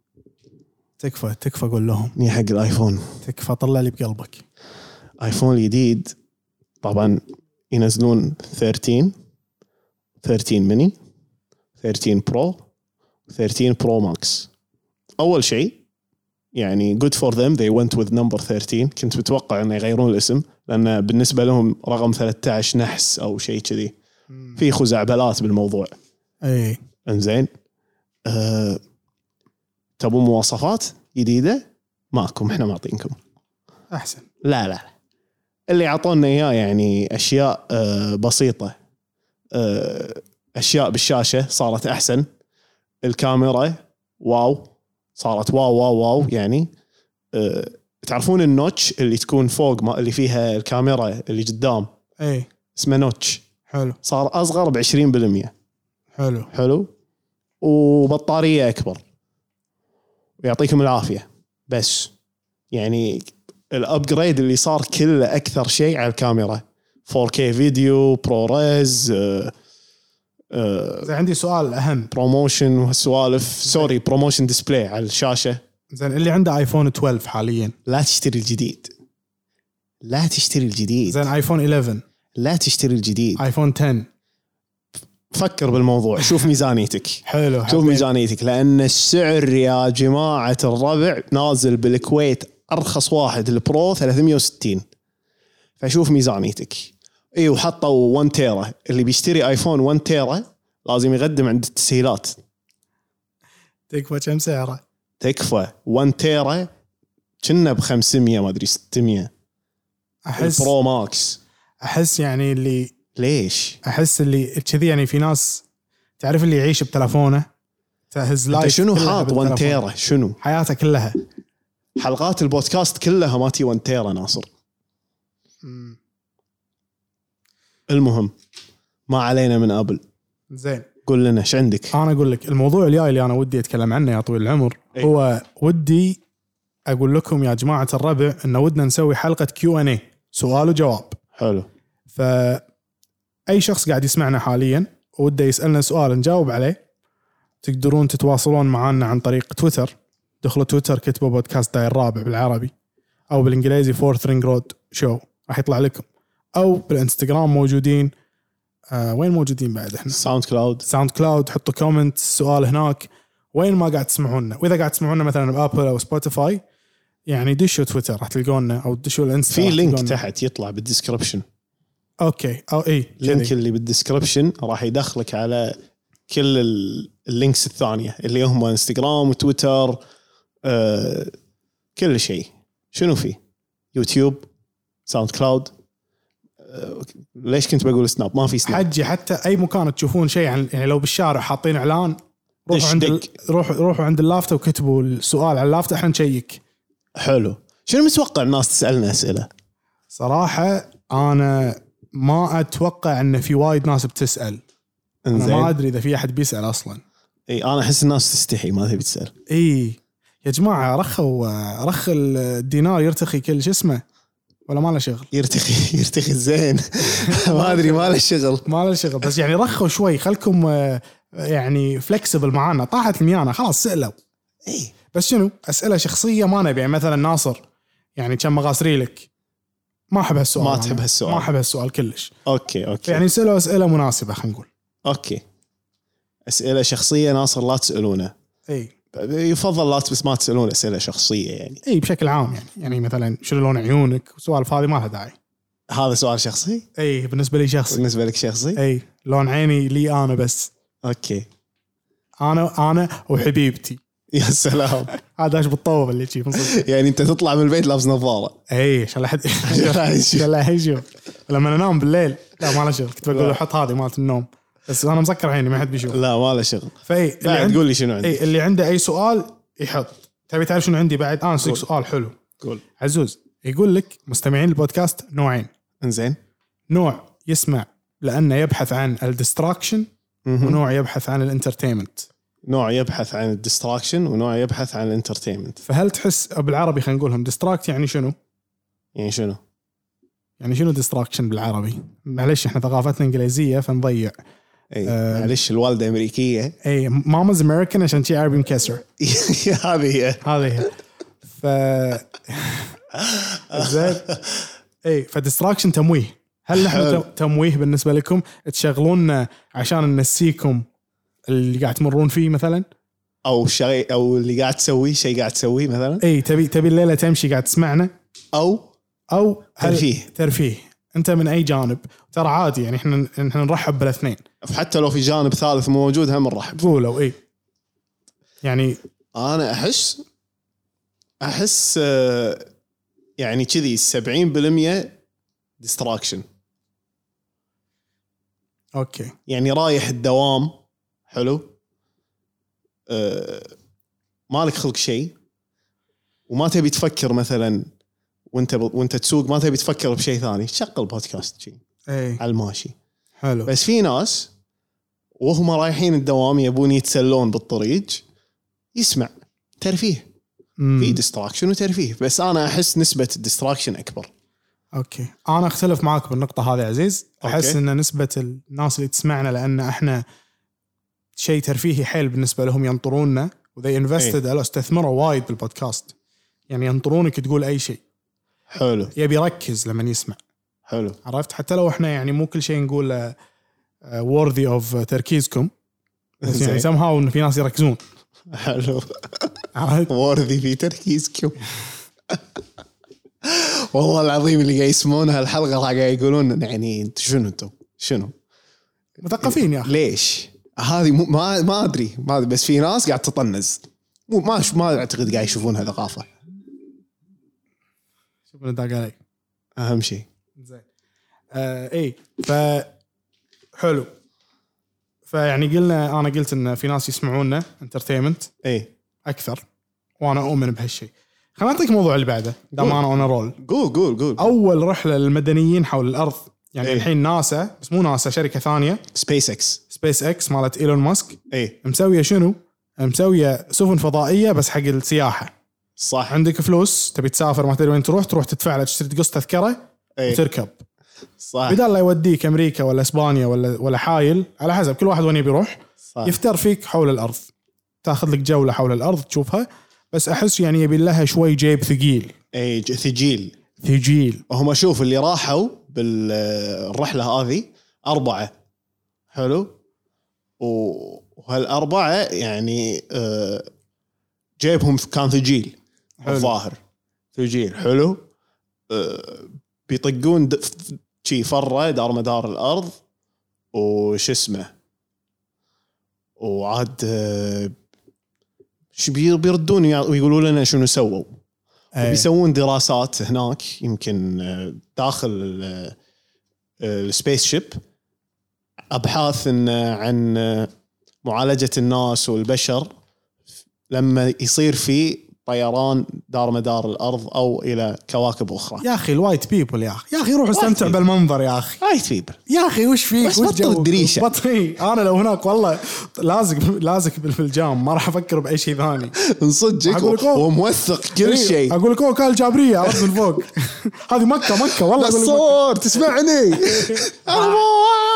تكفى تكفى قول لهم إني حق الآيفون. تكفى طلع لي بقلبك. آيفون الجديد طبعا ينزلون ثلاثة عشر ثلاثة عشر ميني، ثلاثة عشر برو، ثلاثة عشر برو ماكس. أول شيء يعني good for them they went with number ثلاثة عشر. كنت متوقع أن يغيرون الاسم لأن بالنسبة لهم رقم ثلاثة عشر نحس أو شيء كذي، في خزعبلات بالموضوع. أي إنزين أه... تبون مواصفات جديدة؟ ماكم، إحنا معطينكم أحسن. لا لا اللي عطونا إياه يعني أشياء أه بسيطة، أه أشياء بالشاشة صارت أحسن، الكاميرا واو صارت واو واو واو يعني. أه تعرفون النوتش اللي تكون فوق ما اللي فيها الكاميرا اللي قدام، أي اسمه نوتش، حلو صار أصغر بعشرين بالمية. حلو حلو. وبطارية أكبر. ويعطيكم العافية. بس يعني الأبجريد اللي صار كله أكثر شيء على الكاميرا، فور كي فيديو، بروريز، أه أه زين عندي سؤال أهم. بروموشن وهالسوالف. سوري بروموشن ديسبلاي على الشاشة. زين اللي عنده آيفون اثنا عشر حاليا لا تشتري الجديد، لا تشتري الجديد. زين آيفون إحدى عشر لا تشتري الجديد. آيفون عشرة. فكر بالموضوع، شوف ميزانيتك. حلو. شوف ميزانيتك لأن السعر يا جماعة الربع نازل بالكويت أرخص واحد البرو ثلاثمية وستين، فشوف ميزانيتك. اي وحطوا واحد تيرا، اللي بيشتري آيفون واحد تيرا لازم يقدم عند التسهيلات. تكفى كم سعره؟ تكفى واحد تيرا كنا بخمسمية ما أدري ستمية. أحس البرو ماكس أحس يعني اللي ليش أحس اللي كذي يعني في ناس تعرف اللي يعيش بتلفونه تهز لايف. شنو حاط واحد تيرا؟ شنو حياته كلها حلقات البودكاست كلها ما تي واحد تيرا ناصر. مم. المهم ما علينا من أبل. زين قل لنا ايش عندك. انا اقول لك الموضوع الجاي اللي انا ودي اتكلم عنه يا طويل العمر. أي. هو ودي اقول لكم يا جماعه الربع انه ودنا نسوي حلقه كيو ان اي، سؤال وجواب. حلو. فاي شخص قاعد يسمعنا حاليا وده يسالنا سؤال نجاوب عليه، تقدرون تتواصلون معنا عن طريق تويتر. دخلوا تويتر كتبوا بودكاست داير الرابع بالعربي او بالانجليزي فورث رينج رود شو راح يطلع لكم، او بالانستغرام موجودين. آه وين موجودين بعد احنا؟ ساوند كلاود. ساوند كلاود. حطوا كومنت السؤال هناك وين ما قاعد تسمعونا. واذا قاعد تسمعونا مثلا بابل او سبوتيفاي يعني دشوا تويتر راح تلقونا، او دشوا الانستا في لينك تحت يطلع بالديسكربشن. اوكي او اي اللينك اللي بالديسكربشن راح يدخلك على كل اللينكس الثانيه اللي هم انستغرام وتويتر، آه كل شيء. شنو فيه؟ يوتيوب، ساوند كلاود. آه ليش كنت بقول سناب؟ ما في سناب. حجي حتى اي مكان تشوفون شيء عن يعني لو بالشارع حاطين اعلان روحوا عند ال... روحوا روحوا عند اللافته وكتبوا السؤال على اللافته احنا نشيك. حلو. شنو متوقع الناس تسالنا اسئله؟ صراحه انا ما اتوقع ان في وايد ناس بتسال. انا ما ادري اذا في احد بيسال اصلا. اي انا احس الناس تستحي ما تبي تسال. اي يا جماعه رخوا رخ الدينار يرتخي كل شو اسمه ولا ما له شغل؟ يرتخي يرتخي زين. ما ادري ما له شغل ما له شغل بس يعني رخوا شوي خلكم يعني فلكسبل معانا. طاحت الميانه خلاص سالوا. اي بس شنو اسئله شخصيه ما نبي يعني مثلا ناصر يعني كم مغاسري لك ما احب هالسؤال. ما تحب هالسؤال. ما احب هالسؤال كلش. اوكي اوكي يعني سألوا اسئله مناسبه خلينا نقول. اوكي اسئله شخصيه ناصر لا تسالونه. اي يفضل لا بس ما تسالون اسئله شخصيه يعني. اي بشكل عام يعني يعني مثلا شنو لون عيونك وسوالف هذه ما لها داعي. هذا سؤال شخصي. اي بالنسبه لي شخصي. بالنسبه لك شخصي. اي لون عيني لي انا بس. اوكي انا انا وحبيبتي. يا سلام. هذا ايش بالطوب اللي شي يعني انت تطلع من البيت لابس نظاره. اي عشان لا حد عشان لا يشوف لما انام بالليل. لا ما له شغل كنت بقول له حط هذه مالت النوم بس انا مسكر عيني ما حد بيشوف. لا ما له شغل. فاي بعد تقول لي شنو عندك. اي اللي عنده اي سؤال يحط. تبي تعرف شنو عندي بعد؟ انا اسالك سؤال حلو. قول. عزوز يقول لك مستمعين البودكاست نوعين. انزين. نوع يسمع لانه يبحث عن الديستراكشن ونوع يبحث عن الانترتينمنت. نوع يبحث عن الديستراكشن ونوع يبحث عن الانترتينمنت. فهل تحس بالعربي خلينا نقولهم ديستراكت يعني شنو؟ يعني شنو؟ يعني شنو ديستراكشن بالعربي؟ معلش احنا ثقافتنا انجليزيه فنضيع. اي آه معلش الوالده امريكيه. اي ماماز امريكان عشان شي عربي مكسر. هذه هي هذه هي. ف زين. اي فديستراكشن تمويه. هل نحن تمويه بالنسبه لكم تشغلوننا عشان ننسيكم اللي قاعد تمرون فيه مثلا او شيء او اللي قاعد تسويه شيء قاعد تسويه مثلا؟ اي تبي تبي الليله تمشي قاعد تسمعنا او او ترفيه. ترفيه انت من اي جانب ترى عادي يعني احنا احنا نرحب بالاثنين. حتى لو في جانب ثالث موجود هم نرحب. قولوا اي يعني انا احس احس يعني كذي سبعين بالمية ديستراكشن. اوكي يعني رايح الدوام حلو أه مالك خلق شيء وما تبي تفكر مثلا وانت ب... وانت تسوق ما تبي تفكر بشيء ثاني شغل بودكاست شيء اي على الماشي حلو. بس في ناس وهم رايحين الدوام يبون يتسلون بالطريق يسمع ترفيه. مم. في ديستراكشن وترفيه بس انا احس نسبة الديستراكشن اكبر. اوكي انا اختلف معك بالنقطة هذه عزيز. احس أوكي. ان نسبة الناس اللي تسمعنا لان احنا شيء ترفيهي حيل بالنسبة لهم ينطروننا وذي انفستد ألا استثمروا وايد بالبودكاست يعني ينطرونك تقول اي شيء حلو يبي يركز لما يسمع. حلو عرفت حتى لو احنا يعني مو كل شيء نقول worthy of تركيزكم بس يعني somehow ان في ناس يركزون. حلو worthy في تركيزكم. والله العظيم اللي قاعد يسمعون هالحلقة قاعد يقولون يعني انتوا شنو انتوا شنو مثقفين يا اخي. ليش هذه ما ما ادري ما بس في ناس قاعد تطنز مو ما ما اعتقد قاعد يشوفونها ثقافة. شوف انا داق علي اهم شيء. زين آه اي ف حلو فيعني قلنا انا قلت ان في ناس يسمعونا انترتينمنت اي اكثر وانا اؤمن بهالشيء. خلينا نعطيك الموضوع اللي بعده دام انا اون رول. قول قول قول. اول رحله للمدنيين حول الارض يعني إيه؟ الحين ناسا بس مو ناسا شركه ثانيه سبيس اكس سبيس اكس مالت ايلون ماسك. اي مسويه شنو مسويه سفن فضائيه بس حق السياحه. صح. عندك فلوس تبي تسافر ما تدري وين تروح تروح تدفع له تشتري تقص تذكره إيه؟ وتركب. صح. بدل لا يوديك امريكا ولا اسبانيا ولا ولا حايل على حسب كل واحد وين يبي يروح. صح. يفتر فيك حول الارض تاخذ لك جوله حول الارض تشوفها بس احس يعني يبي لها شوي جيب ثقيل. اي ثقيل ثقيل. وهم اشوف اللي راحوا بالرحله هذه اربعه حلو وهالاربعه يعني جيبهم كان ثقيل الظاهر ثقيل حلو. بيطقون شي فره دار مدار الارض وش اسمه وعاد شو بيردون ويقولوا لنا شنو سووا. أيه. بيسوون دراسات هناك يمكن داخل السبيس شيب أبحاث عن معالجة الناس والبشر لما يصير في طيران دار مدار الأرض أو إلى كواكب أخرى. يا أخي الوايت بيبل يا أخي يا أخي روح استمتع بالمنظر يا أخي. وايت بيبل يا أخي وش فيك وش بطل الدريشة بطري. أنا لو هناك والله لازق لازق بالجام ما راح أفكر بأي شيء ثاني. نصدقك وموثق كل شيء. أقول لك أوكال جابرية عرض من فوق. هذه مكة مكة والله. الصور تسمعني.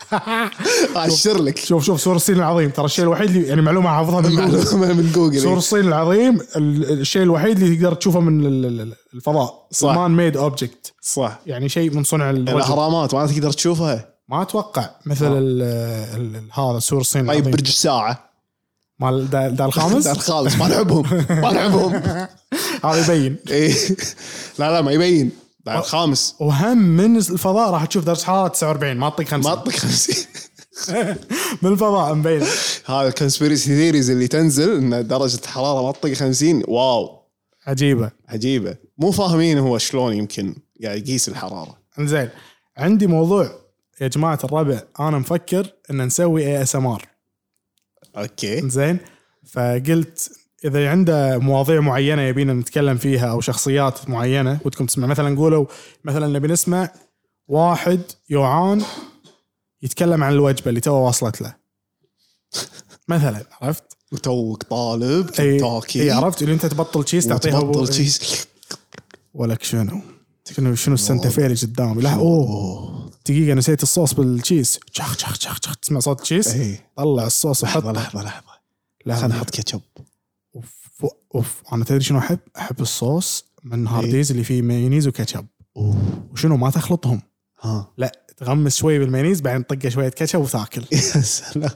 اشر لك شوف شوف سور الصين العظيم ترى الشيء الوحيد اللي يعني معلومه حافظها من معلومه من جوجل. سور الصين العظيم الشيء الوحيد اللي تقدر تشوفه من الفضاء مان ميد اوبجكت صح يعني شيء من صنع الرجل. الاهرامات ما تقدر تشوفها ما اتوقع مثل هذا سور الصين العظيم. طيب برج الساعه مال دا الخامس دا الخامس ما نحبهم ما نحبهم هذا يبين إيه. لا لا ما يبين دا الخامس. وهم من الفضاء راح تشوف درجه حراره تسعة وأربعين ما تطيق خمسين ما تطيق خمسين من الفضاء مبين. هذا الكونسبيرسي ثيريز اللي تنزل ان درجه الحراره ما تطيق خمسين. واو عجيبه عجيبه مو فاهمين هو شلون يمكن قاعد يقيس الحراره. زين عندي موضوع يا جماعه الربع انا مفكر ان نسوي اي اس ام ار. اوكي زين فقلت اذا عنده مواضيع معينه يبينا نتكلم فيها او شخصيات معينه ودكم تسمع مثلا نقولوا مثلا نبي نسمع واحد يوعان يتكلم عن الوجبه اللي تو وصلت له مثلا عرفت وتوك طالب كنتاكي اي عرفت اللي انت تبطل تشيز تعطيها تبطل تشيز ولك شنو شنو شنو السنتفيري قدامي لا اوه دقيقه نسيت الصوص بالتشيز شخ شخ شخ شخ تسمع صوت التشيز ايه. طلع الصوص لحظه لحظه لحظه خلينا نحط كاتشب. اوف اوف انا تدري شنو احب احب الصوص من هارديز اللي فيه مايونيز وكاتشب. وشنو ما تخلطهم ها لا تغمس شوي بالمايونيز بعدين طقه شويه كاتشب وتاكل. يا سلام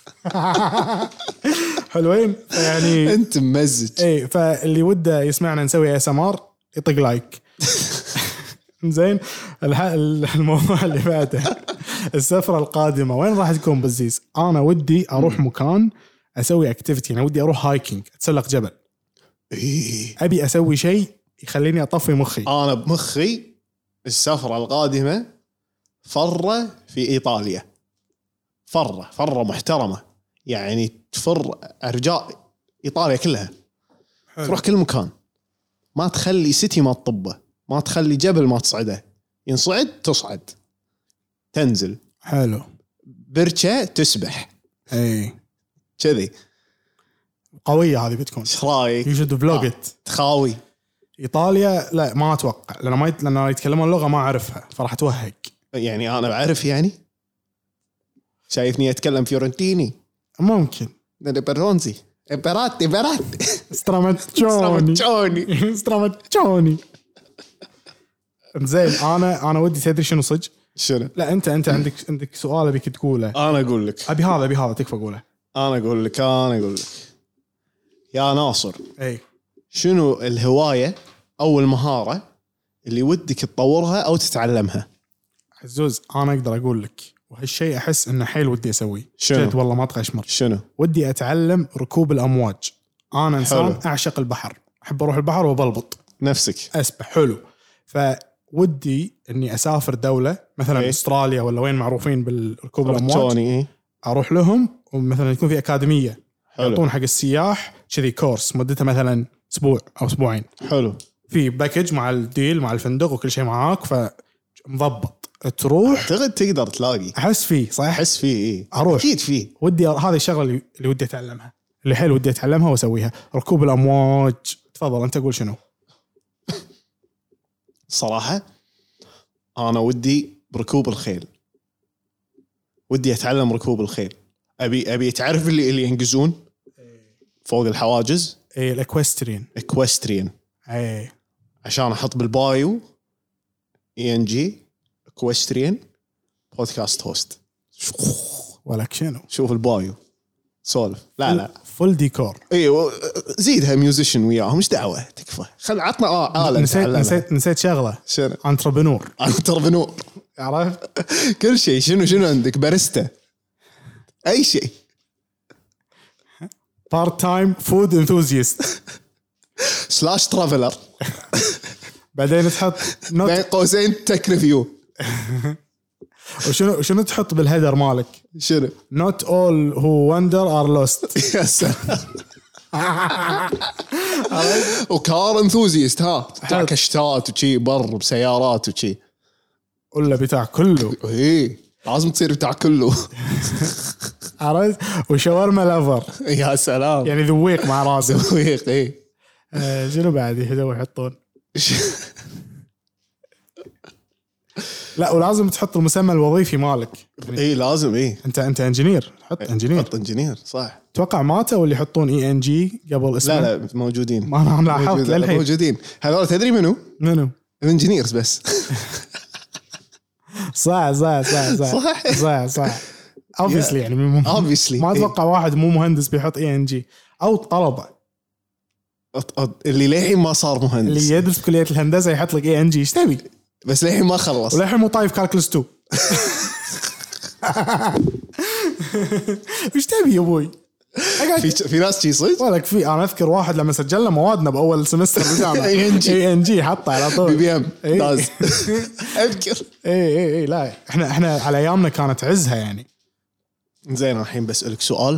حلوين يعني انت ممزج. اي فاللي وده يسمعنا نسوي اس ام ار يطق لايك. زين الموضوع اللي بعده السفره القادمه وين راح تكون بزيز؟ انا ودي اروح مكان اسوي اكتيفيتي انا ودي اروح هايكينج اتسلق جبل. إيه. ابي اسوي شيء يخليني اطفي مخي. انا بمخي السفره القادمه فره في ايطاليا فره فره محترمه يعني تفر ارجاء ايطاليا كلها حلو. تروح كل مكان ما تخلي سيتي ما تطبه ما تخلي جبل ما تصعده ينصعد تصعد تنزل حلو بركه تسبح اي كذي قويه هذه بتكون. ايش رايك؟ يوجد فلوجت تخاوي ايطاليا لا ما اتوقع لان ما يت... لان يتكلمون لغه ما اعرفها فراح اتوهق. يعني انا بعرف يعني شايفني اتكلم فيورنتيني ممكن برونزي امبراتي براتي استراماتشوني استراماتشوني. زين انا انا ودي تدري شنو صج شنو؟ لا انت انت عندك عندك سؤال ابيك تقوله. انا اقول لك ابي هذا ابي هذا تكفى اقوله. انا اقول لك انا اقول لك يا ناصر اي شنو الهوايه او المهاره اللي ودك تطورها او تتعلمها؟ عزوز انا اقدر اقول لك وهالشيء احس انه حيل ودي اسويه. شنو؟ جد والله ما تغشمر. شنو؟ ودي اتعلم ركوب الامواج. انا انسان حلو. اعشق البحر احب اروح البحر وبلبط نفسك اسبح حلو. فودي اني اسافر دوله مثلا إيه؟ استراليا ولا وين معروفين بالركوب الامواج إيه؟ اروح لهم ومثلا يكون في اكاديميه حلو. يعطون حق السياح كذي كورس مدته مثلا اسبوع او اسبوعين حلو في باكج مع الديل مع الفندق وكل شيء معاك فمضبط تروح. اعتقد تقدر تلاقي احس فيه صح احس فيه إيه؟ اروح اكيد فيه. ودي هذه الشغله اللي, اللي ودي اتعلمها اللي حيل ودي اتعلمها واسويها ركوب الامواج. تفضل انت قول شنو. صراحه انا ودي بركوب الخيل ودي اتعلم ركوب الخيل. ابي ابي تعرف اللي اللي ينقزون فوق الحواجز اي الاكوسترين اكوسترين اي عشان احط بالبايو اي ان جي اكوسترين بودكاست هوست. ولك شنو شوف البايو سولف لا لا فول ديكور. ايوه زيدها ميوزيشن وياهم مش دعوه تكفى خل عطنا اه آلة نسيت نتعلمها. نسيت نسيت شغله شنو؟ انتربرنور انتربرنور عرفت كل شيء. شنو شنو عندك؟ باريستا اي شيء. بارت تايم فود انثوزيست سلاش ترافلر بعدين تحط نوت بين قوسين تك ريفيو. وشنو شنو تحط بالهيدر مالك؟ شنو؟ not all who wander are lost. يا سلام. وكار انثوزيست ها بتاع كشتات وشي بر بسيارات وشي ولا بتاع كله. ايه لازم تصير بتاع كله. عرفت؟ وشاورما لافر. يا سلام يعني ذويق مع راسه. ذويق ايه. شنو بعد يحطون؟ لا لا ولازم تحط المسمى الوظيفي مالك. اي لازم اي انت انت انجينير حط انجينير. حط انجينير صح. توقع ماته واللي يحطون اي ان جي قبل اسمه. لا لا موجودين ما انا لاحظت للحين موجودين هذول. تدري منو؟ منو؟ الانجينيرز بس. صح صح صح صح صح صح obviously يعني مو obviously ما اتوقع واحد مو مهندس بيحط اي ان جي او الطلبه اللي للحين ما صار مهندس اللي يدرس كليه الهندسه يحط لك اي ان جي. ايش تبي؟ بس للحين ما خلص وللحين مو طايف كالكولس اثنين. ايش تبي يا ابوي؟ في في ناس شي صدق ولك في انا اذكر واحد لما سجلنا موادنا باول سمستر بالجامعه اي ان جي اي ان جي حطه على طول بي بي ام داز. اذكر اي اي اي لا احنا احنا على ايامنا كانت عزها يعني. زين الحين بسألك سؤال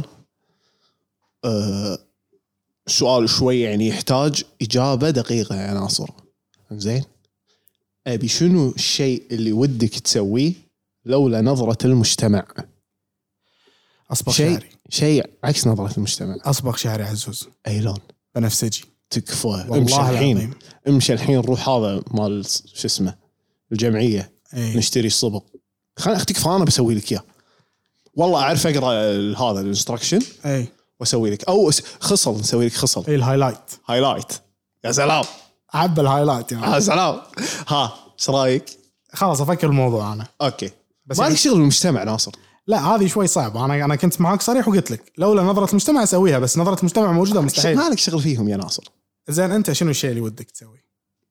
أه سؤال شوي يعني يحتاج إجابة دقيقة يا ناصر. زين أبي شنو الشيء اللي ودك تسويه لولا نظرة المجتمع؟ أصبغ شيء شعري. شيء عكس نظرة المجتمع. أصبغ شعري عزوز. أي لون؟ بنفسجي. تكفى. امشي الحين امشي الحين روح هذا مال شو اسمه الجمعية أي. نشتري الصبغ. خليني أختك فأنا بسوي لك إياه. والله أعرف أقرأ هذا الانستراكشن أي وأسوي لك أو خصل نسوي لك خصل. أي الهايلايت. هايلايت يا سلام. عب الهايلايت يعني. يا سلام. ها ايش رايك؟ خلاص افكر الموضوع انا. اوكي بس ما يعني... لك شغل المجتمع ناصر. لا هذه شوي صعبه. انا انا كنت معاك صريح وقلت لك لولا نظره المجتمع اسويها بس نظره المجتمع موجوده مستحيل. ما لك شغل فيهم يا ناصر. زين انت شنو الشيء اللي ودك تسوي؟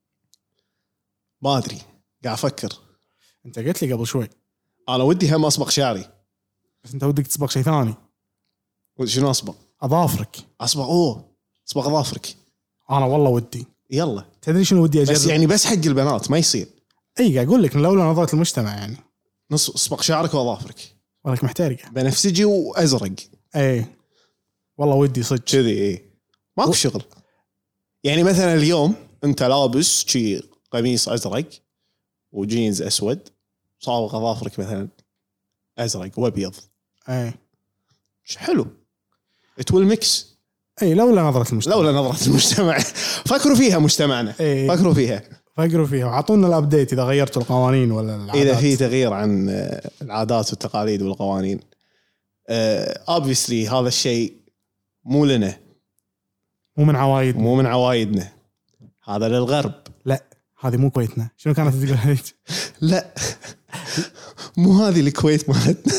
ما ادري قاعد افكر. انت قلت لي قبل شوي انا ودي هم اصبغ شعري. بس انت ودك تصبغ شيء ثاني. شنو اصبغ؟ اظافرك. اصبغ اوه اصبغ اظافرك. انا والله ودي. يلا تدري شنو ودي اجرب؟ بس يعني بس حق البنات ما يصير. اي قاعد اقول لك لولا نظره المجتمع يعني نص اصبغ شعرك واظافرك. ولك محترقه بنفسجي وازرق. اي والله ودي صدق كذي. اي ماكو و... شغل. يعني مثلا اليوم انت لابس شي قميص ازرق وجينز اسود صابغ اظافرك مثلا ازرق وابيض. اي حلو. اتول ميكس. اي لولا نظره المجتمع. لولا نظره المجتمع. فكروا فيها مجتمعنا. أي. فكروا فيها فكروا فيها وعطونا الابديت اذا غيرتوا القوانين ولا العادات. اذا في تغيير عن العادات والتقاليد والقوانين. obviously هذا الشيء مو لنا مو من عوايد مو من عوايدنا. هذا للغرب. لا هذه مو كويتنا. شنو كانت تقول هيك؟ لا مو هذه الكويت مالتنا.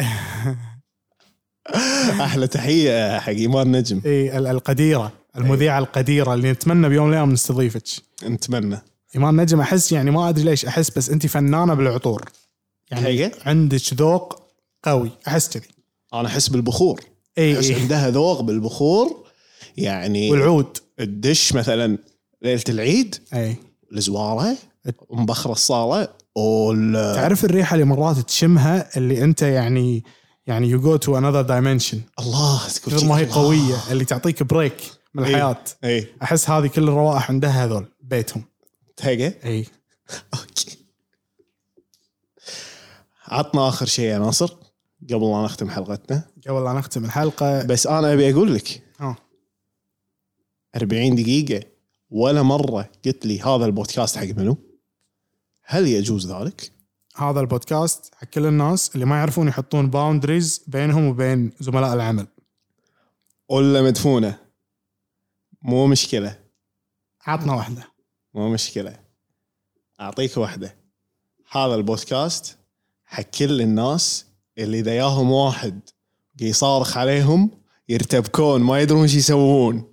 احلى تحيه حق ايمان نجم. اي القديره المذيعه القديره اللي نتمنى بيوم من الايام نستضيفك. نتمنى. ايمان نجم احس يعني ما ادري ليش احس بس انت فنانه بالعطور يعني هيك؟ عندك ذوق قوي احس كذي. انا احس بالبخور. اي احس إيه. عندها ذوق بالبخور يعني. والعود الدش مثلا ليله العيد اي الزواره مبخره الصاله وال... تعرف الريحه اللي مرات تشمها اللي انت يعني يعني you go to another dimension. الله تقول ما هي قويه اللي تعطيك بريك من الحياه. اي احس هذه كل الروائح عندها هذول بيتهم. هيك اي اوكي. عطنا اخر شيء يا ناصر قبل لا نختم حلقتنا. قبل لا نختم الحلقه بس انا ابي اقول لك ها أربعين دقيقه ولا مره قلت لي هذا البودكاست حق منو؟ هل يجوز ذلك؟ هذا البودكاست حق كل الناس اللي ما يعرفون يحطون باوندريز بينهم وبين زملاء العمل. ولا مدفونه. مو مشكله. عطنا واحده. مو مشكله. اعطيك واحده. هذا البودكاست حق كل الناس اللي اذا ياهم واحد يصارخ عليهم يرتبكون ما يدرون شو يسوون.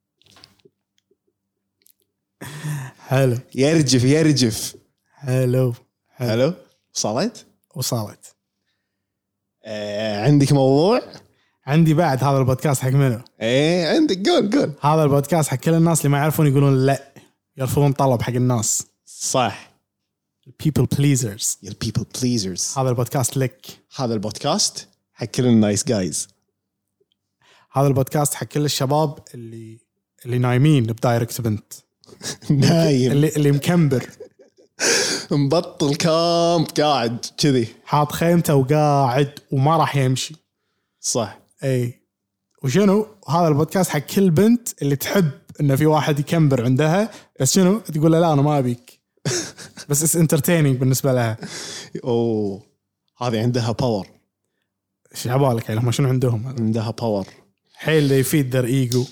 حلو. يرجف يرجف. حلو حلو. وصلت وصلت. آه عندك موضوع؟ عندي بعد. هذا البودكاست حق منو؟ ايه عندك. قول قول. هذا البودكاست حق كل الناس اللي ما يعرفون يقولون لا يرفضون طلب حق الناس. صح. people pleasers. You're people pleasers. هذا البودكاست لك. هذا البودكاست حق كل النايس جايز. هذا البودكاست حق كل الشباب اللي اللي نايمين بدايركت بنت. نايم. اللي اللي مكمبر مبطل كامب قاعد كذي حاط خيمته وقاعد وما راح يمشي. صح. اي وشنو هذا البودكاست حق كل بنت اللي تحب انه في واحد يكمبر عندها بس شنو تقول له لا انا ما ابيك. بس اس انترتيننج بالنسبه لها. اوه هذه عندها باور. ايش عبالك يعني هم شنو عندهم؟ عندها باور حيل يفيد ذر ايجو.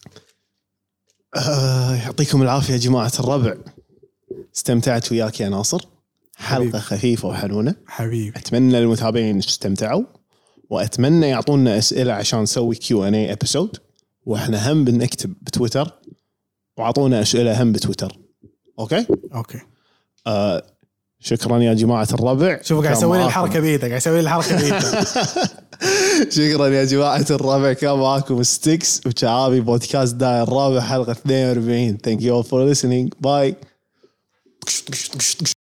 آه يعطيكم العافيه يا جماعه الربع، استمتعت وياك يا ناصر. حلقه حبيب. خفيفه وحنونه حبيبي. اتمنى المتابعين استمتعوا، واتمنى يعطونا اسئله عشان نسوي كيو ان اي ابيسود، واحنا هم بنكتب بتويتر وعطونا اسئله هم بتويتر. اوكي اوكي آه شكرا يا جماعه الربع. شوف قاعد يسوي لي الحركه بايدك، قاعد يسوي لي الحركه بايدك. شكرا يا جماعه الربع، كان معاكم ستيكس وشعابي بودكاست داير الرابع حلقه اثنين وأربعين. Thank you all for listening. Bye.